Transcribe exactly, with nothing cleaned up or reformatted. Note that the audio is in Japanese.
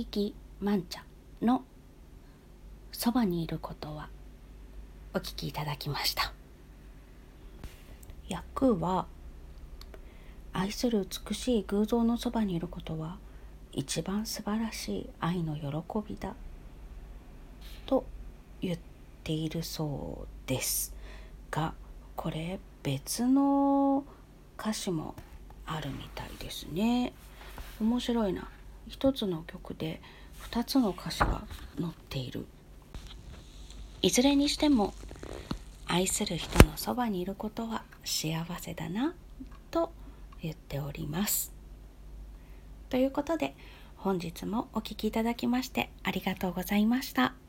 きまんちゃんのそばにいることはお聞きいただきました。訳は、愛する美しい偶像のそばにいることは一番素晴らしい愛の喜びだと言っているそうですが、これ別の歌詞もあるみたいですね。面白いな。一つの曲で二つの歌詞が載っている。いずれにしても愛する人のそばにいることは幸せだなと言っております。ということで、本日もお聞きいただきましてありがとうございました。